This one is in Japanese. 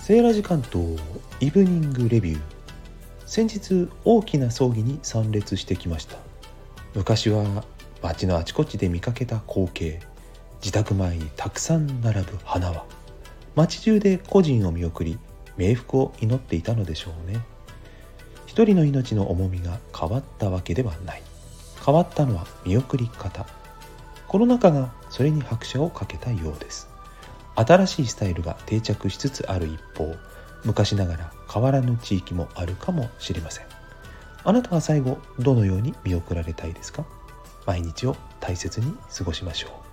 セーラジ関東イブニングレビュー。先日大きな葬儀に参列してきました。昔は街のあちこちで見かけた光景、自宅前にたくさん並ぶ花輪、街中で故人を見送り冥福を祈っていたのでしょうね。一人の命の重みが変わったわけではない。変わったのは見送り方。コロナ禍がそれに拍車をかけたようです。新しいスタイルが定着しつつある一方、昔ながら変わらぬ地域もあるかもしれません。あなたは最後どのように見送られたいですか？毎日を大切に過ごしましょう。